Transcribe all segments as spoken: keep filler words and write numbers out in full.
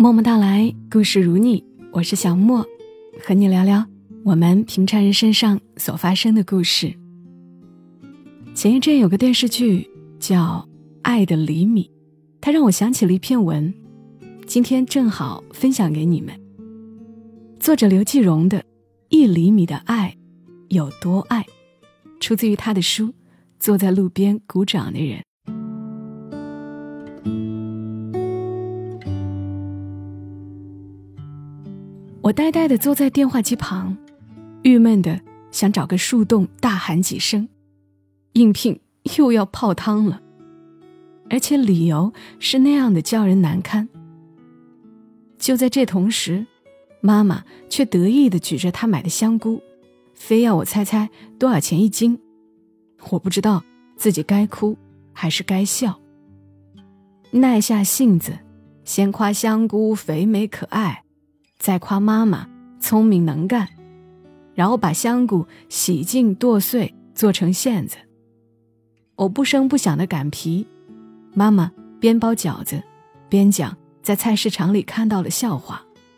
默默到来，故事如你，我是小莫，和你聊聊我们平常人身上所发生的故事。前一阵有个电视剧叫《爱的厘米》，它让我想起了一篇文，今天正好分享给你们。作者刘继荣的《一厘米的爱有多爱》，出自于他的书《坐在路边鼓掌的人》。我呆呆地坐在电话机旁，郁闷地想找个树洞大喊几声，应聘又要泡汤了，而且理由是那样的叫人难堪。就在这同时，妈妈却得意地举着她买的香菇，非要我猜猜多少钱一斤。我不知道自己该哭还是该笑。耐下性子，先夸香菇肥美可爱，再夸妈妈聪明能干，然后把香菇洗净剁碎做成馅子。我不声不响地擀皮，妈妈边包饺子边讲在菜市场里看到了笑话。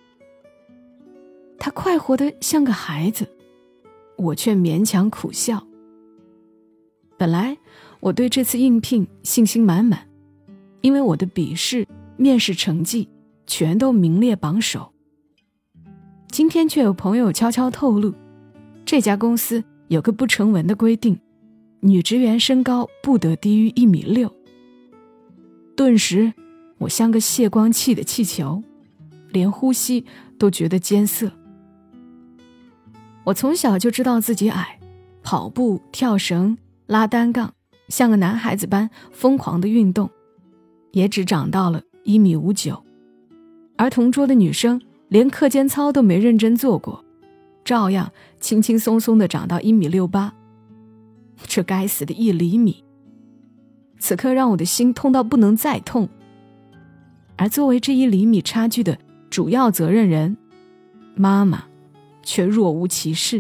她快活得像个孩子，我却勉强苦笑。本来我对这次应聘信心满满，因为我的笔试、面试成绩全都名列榜首。今天却有朋友悄悄透露，这家公司有个不成文的规定，女职员身高不得低于一米六。顿时我像个泄光气的气球，连呼吸都觉得艰涩。我从小就知道自己矮，跑步、跳绳、拉单杠，像个男孩子般疯狂的运动，也只长到了一米五九。而同桌的女生连课间操都没认真做过，照样轻轻松松地长到一米六八。这该死的一厘米，此刻让我的心痛到不能再痛。而作为这一厘米差距的主要责任人，妈妈却若无其事。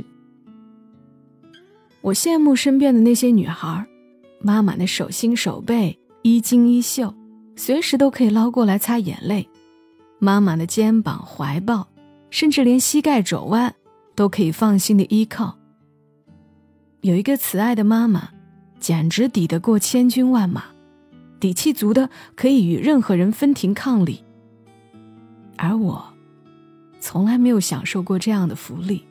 我羡慕身边的那些女孩，妈妈的手心手背衣襟衣袖，随时都可以捞过来擦眼泪。妈妈的肩膀怀抱，甚至连膝盖肘弯都可以放心的依靠。有一个慈爱的妈妈，简直抵得过千军万马，底气足的可以与任何人分庭抗礼。而我从来没有享受过这样的福利。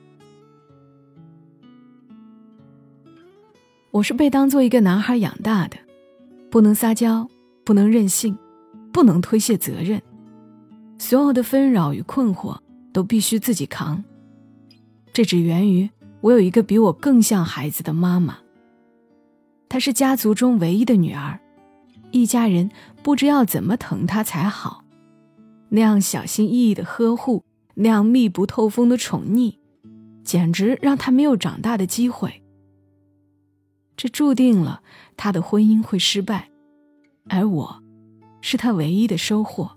我是被当作一个男孩养大的，不能撒娇，不能任性，不能推卸责任，所有的纷扰与困惑都必须自己扛。这只源于我有一个比我更像孩子的妈妈。她是家族中唯一的女儿，一家人不知要怎么疼她才好，那样小心翼翼的呵护，那样密不透风的宠溺，简直让她没有长大的机会。这注定了她的婚姻会失败，而我是她唯一的收获。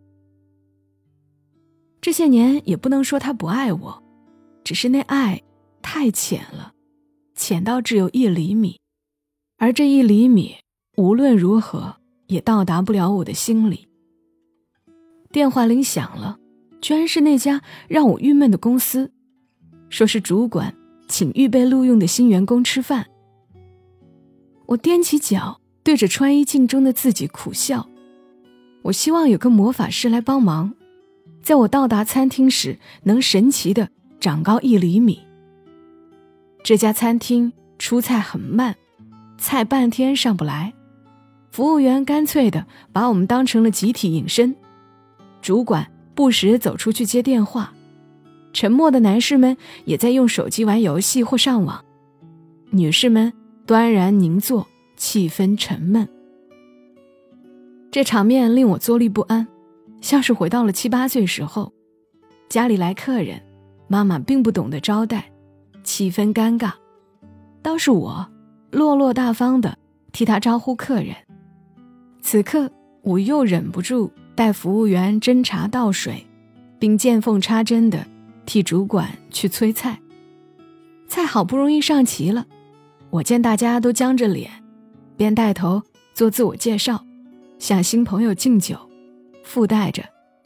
这些年也不能说她不爱我，只是那爱太浅了，浅到只有一厘米，而这一厘米无论如何也到达不了我的心里。电话铃响了，居然是那家让我郁闷的公司，说是主管请预备录用的新员工吃饭。我踮起脚对着穿衣镜中的自己苦笑，我希望有个魔法师来帮忙，在我到达餐厅时能神奇地长高一厘米。这家餐厅出菜很慢，菜半天上不来，服务员干脆地把我们当成了集体隐身，主管不时走出去接电话，沉默的男士们也在用手机玩游戏或上网，女士们端然凝坐，气氛沉闷。这场面令我坐立不安，像是回到了七八岁时候，家里来客人，妈妈并不懂得招待，气氛尴尬，倒是我落落大方地替她招呼客人。此刻我又忍不住带服务员斟茶倒水，并见缝插针地替主管去催菜。菜好不容易上齐了，我见大家都僵着脸，便带头做自我介绍，向新朋友敬酒，附带着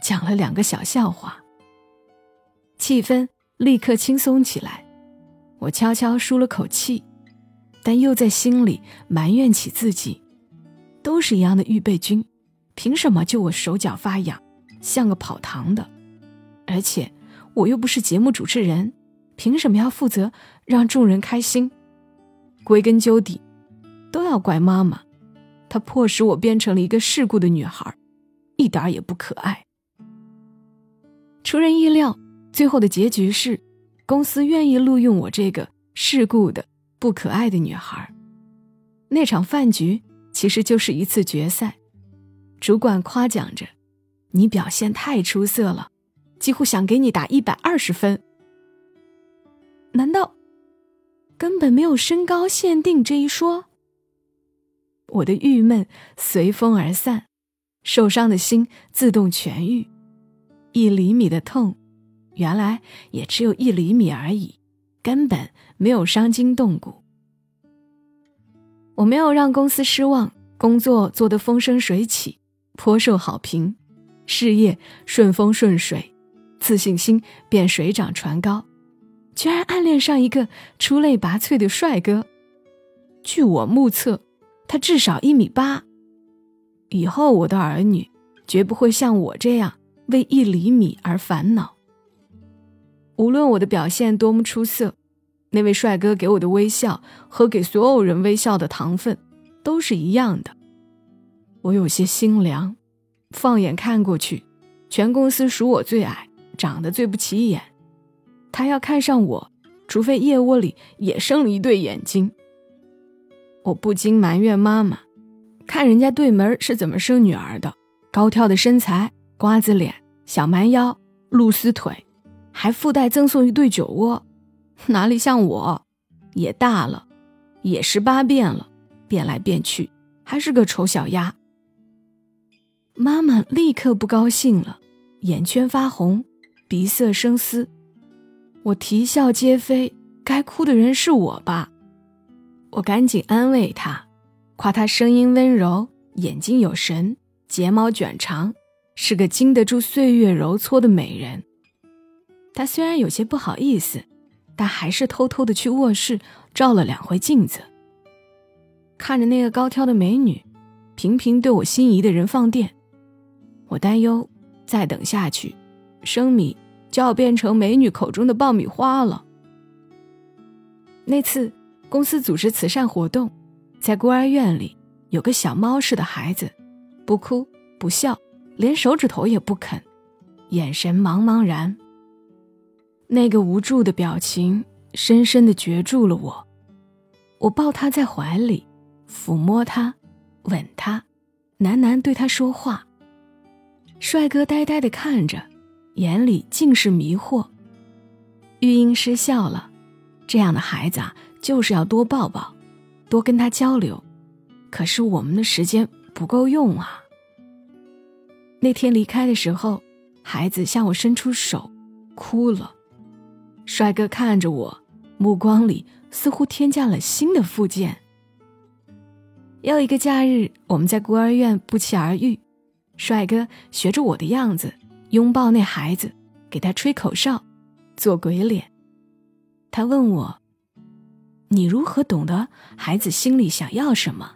讲了两个小笑话，气氛立刻轻松起来。我悄悄舒了口气，但又在心里埋怨起自己，都是一样的预备军，凭什么就我手脚发痒，像个跑堂的？而且我又不是节目主持人，凭什么要负责让众人开心？归根究底，都要怪妈妈，她迫使我变成了一个世故的女孩，一点也不可爱。出人意料，最后的结局是公司愿意录用我这个世故的不可爱的女孩。那场饭局其实就是一次决赛，主管夸奖着你表现太出色了，几乎想给你打一百二十分。难道根本没有身高限定这一说？我的郁闷随风而散，受伤的心自动痊愈。一厘米的痛，原来也只有一厘米而已，根本没有伤筋动骨。我没有让公司失望，工作做得风生水起，颇受好评，事业顺风顺水，自信心便水涨船高，居然暗恋上一个出类拔萃的帅哥。据我目测，他至少一米八。以后我的儿女绝不会像我这样为一厘米而烦恼。无论我的表现多么出色，那位帅哥给我的微笑和给所有人微笑的糖分都是一样的。我有些心凉，放眼看过去，全公司数我最矮，长得最不起眼。他要看上我，除非腋窝里也生了一对眼睛。我不禁埋怨妈妈，看人家对门是怎么生女儿的，高挑的身材，瓜子脸，小蛮腰，露丝腿，还附带赠送一对酒窝，哪里像我，也大了，也十八变了，变来变去，还是个丑小鸭。妈妈立刻不高兴了，眼圈发红，鼻塞生丝。我啼笑皆非，该哭的人是我吧？我赶紧安慰她，夸她声音温柔，眼睛有神，睫毛卷长，是个经得住岁月揉搓的美人。她虽然有些不好意思，但还是偷偷地去卧室照了两回镜子。看着那个高挑的美女频频对我心仪的人放电，我担忧再等下去，生米就要变成美女口中的爆米花了。那次公司组织慈善活动，在孤儿院里有个小猫似的孩子，不哭不笑，连手指头也不啃，眼神茫茫然。那个无助的表情深深地攫住了我。我抱他在怀里，抚摸他，吻他，喃喃对他说话。帅哥呆呆地看着，眼里尽是迷惑。育婴师笑了，这样的孩子啊，就是要多抱抱，多跟他交流，可是我们的时间不够用啊。那天离开的时候，孩子向我伸出手，哭了。帅哥看着我，目光里似乎添加了新的附件。又一个假日，我们在孤儿院不期而遇，帅哥学着我的样子，拥抱那孩子，给他吹口哨，做鬼脸。他问我，你如何懂得孩子心里想要什么？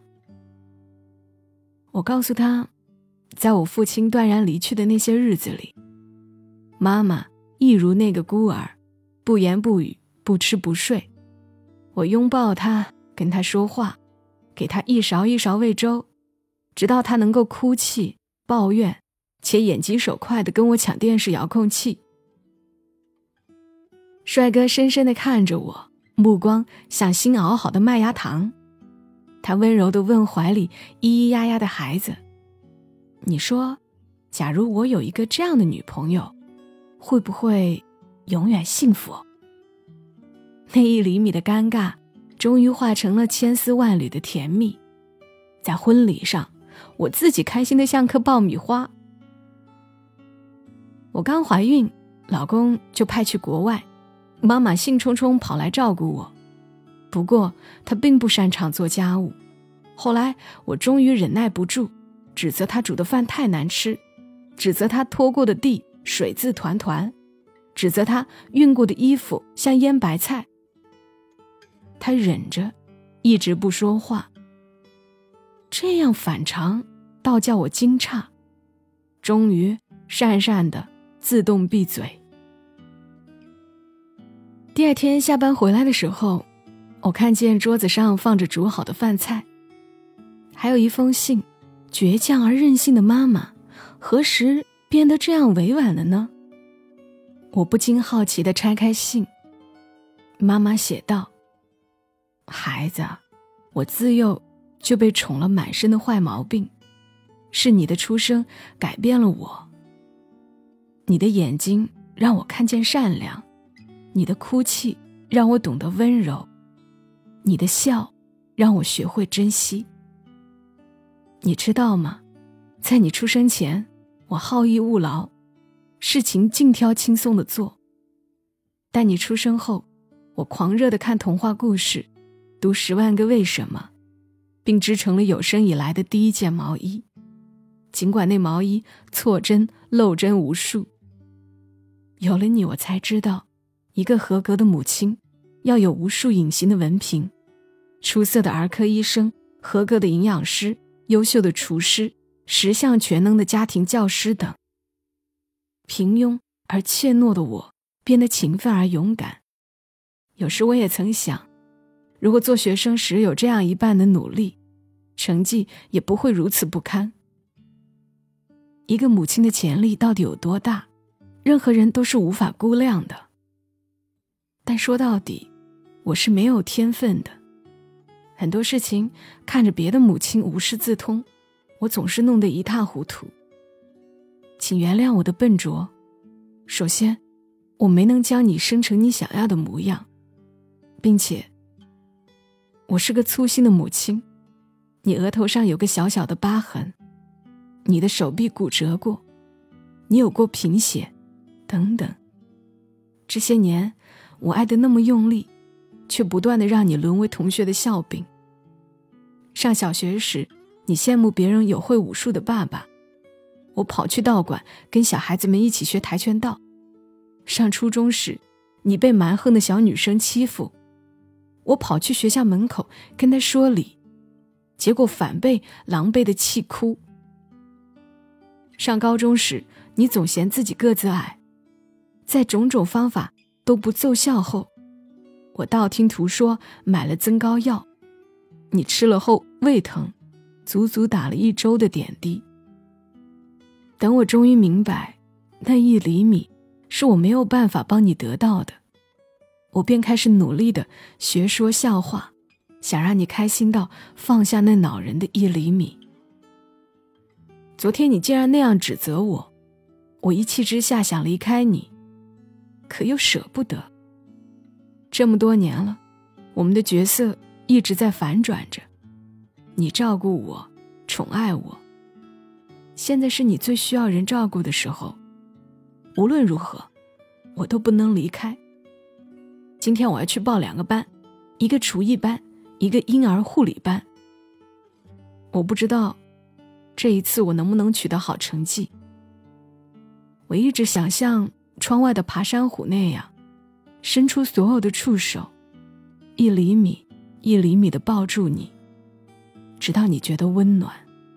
我告诉他，在我父亲断然离去的那些日子里，妈妈一如那个孤儿，不言不语，不吃不睡。我拥抱他，跟他说话，给他一勺一勺喂粥，直到他能够哭泣抱怨，且眼疾手快地跟我抢电视遥控器。帅哥深深地看着我，目光像新熬好的麦芽糖。他温柔地问怀里咿咿呀呀的孩子，你说，假如我有一个这样的女朋友，会不会永远幸福？那一厘米的尴尬终于化成了千丝万缕的甜蜜。在婚礼上，我自己开心得像颗爆米花。我刚怀孕，老公就派去国外，妈妈兴冲冲跑来照顾我。不过她并不擅长做家务，后来我终于忍耐不住，指责她煮的饭太难吃， 指责他拖过的地水渍团团，指责他熨过的衣服像腌白菜。他忍着一直不说话，这样反常倒叫我惊诧，终于讪讪地自动闭嘴。第二天下班回来的时候，我看见桌子上放着煮好的饭菜，还有一封信。倔强而任性的妈妈何时变得这样委婉了呢？我不禁好奇地拆开信，妈妈写道：孩子，我自幼就被宠了满身的坏毛病，是你的出生改变了我。你的眼睛让我看见善良，你的哭泣让我懂得温柔，你的笑让我学会珍惜。你知道吗？在你出生前，我好逸恶劳，事情尽挑轻松地做。但你出生后，我狂热地看童话故事，读十万个为什么，并织成了有生以来的第一件毛衣。尽管那毛衣错针漏针无数。有了你，我才知道，一个合格的母亲要有无数隐形的文凭，出色的儿科医生，合格的营养师，优秀的厨师，十项全能的家庭教师等。平庸而怯懦的我变得勤奋而勇敢。有时我也曾想，如果做学生时有这样一半的努力，成绩也不会如此不堪。一个母亲的潜力到底有多大，任何人都是无法估量的。但说到底，我是没有天分的。很多事情看着别的母亲无师自通，我总是弄得一塌糊涂。请原谅我的笨拙。首先，我没能将你生成你想要的模样，并且我是个粗心的母亲。你额头上有个小小的疤痕，你的手臂骨折过，你有过贫血，等等。这些年我爱得那么用力，却不断地让你沦为同学的笑柄。上小学时，你羡慕别人有会武术的爸爸，我跑去道馆跟小孩子们一起学跆拳道。上初中时，你被蛮横的小女生欺负，我跑去学校门口跟她说理，结果反被狼狈的气哭。上高中时，你总嫌自己个子矮，在种种方法都不奏效后，我道听途说买了增高药，你吃了后胃疼，足足打了一周的点滴。等我终于明白，那一厘米是我没有办法帮你得到的，我便开始努力地学说笑话，想让你开心到放下那恼人的一厘米。昨天你竟然那样指责我，我一气之下想离开你，可又舍不得。这么多年了，我们的角色一直在反转着，你照顾我，宠爱我，现在是你最需要人照顾的时候。无论如何，我都不能离开。今天我要去报两个班，一个厨艺班，一个婴儿护理班。我不知道这一次我能不能取得好成绩。我一直想像窗外的爬山虎那样，伸出所有的触手，一厘米一厘米地抱住你，直到你觉得温暖。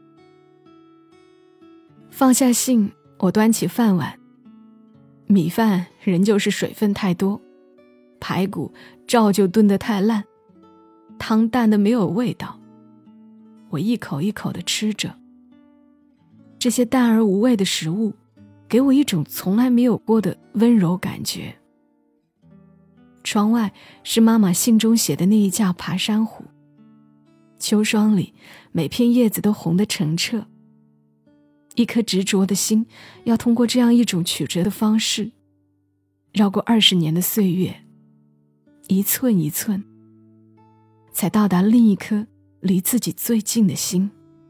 放下信，我端起饭碗，米饭仍旧是水分太多，排骨照旧炖得太烂，汤淡得没有味道。我一口一口地吃着，这些淡而无味的食物给我一种从来没有过的温柔感觉。窗外是妈妈信中写的那一架爬山虎，秋霜里每片叶子都红得澄澈。一颗执着的心要通过这样一种曲折的方式，绕过二十年的岁月，一寸一寸，才到达另一颗离自己最近的心。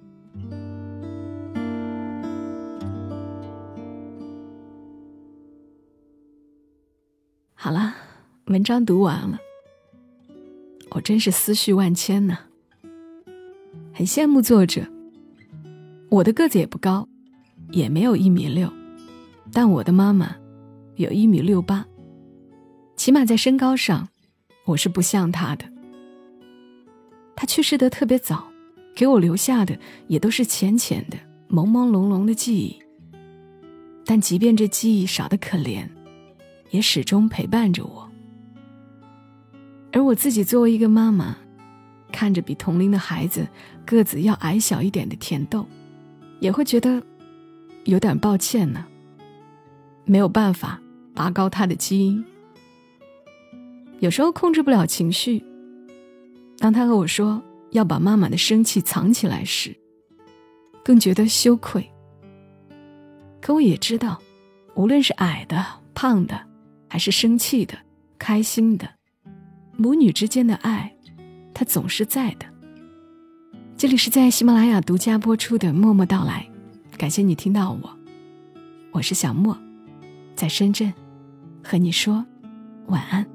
好了，文章读完了，我真是思绪万千呢。很羡慕作者，我的个子也不高， 也没有一米六，但我的妈妈有一米六八，起码在身高上，我是不像她的。她去世得特别早，给我留下的也都是浅浅的、朦朦胧胧的记忆。但即便这记忆少得可怜，也始终陪伴着我。而我自己作为一个妈妈，看着比同龄的孩子个子要矮小一点的甜豆，也会觉得有点抱歉呢，没有办法拔高他的基因。有时候控制不了情绪，当他和我说要把妈妈的生气藏起来时，更觉得羞愧。可我也知道，无论是矮的、胖的，还是生气的、开心的，母女之间的爱，它总是在的。这里是在喜马拉雅独家播出的默默到来，感谢你听到我，我是小莫，在深圳和你说晚安。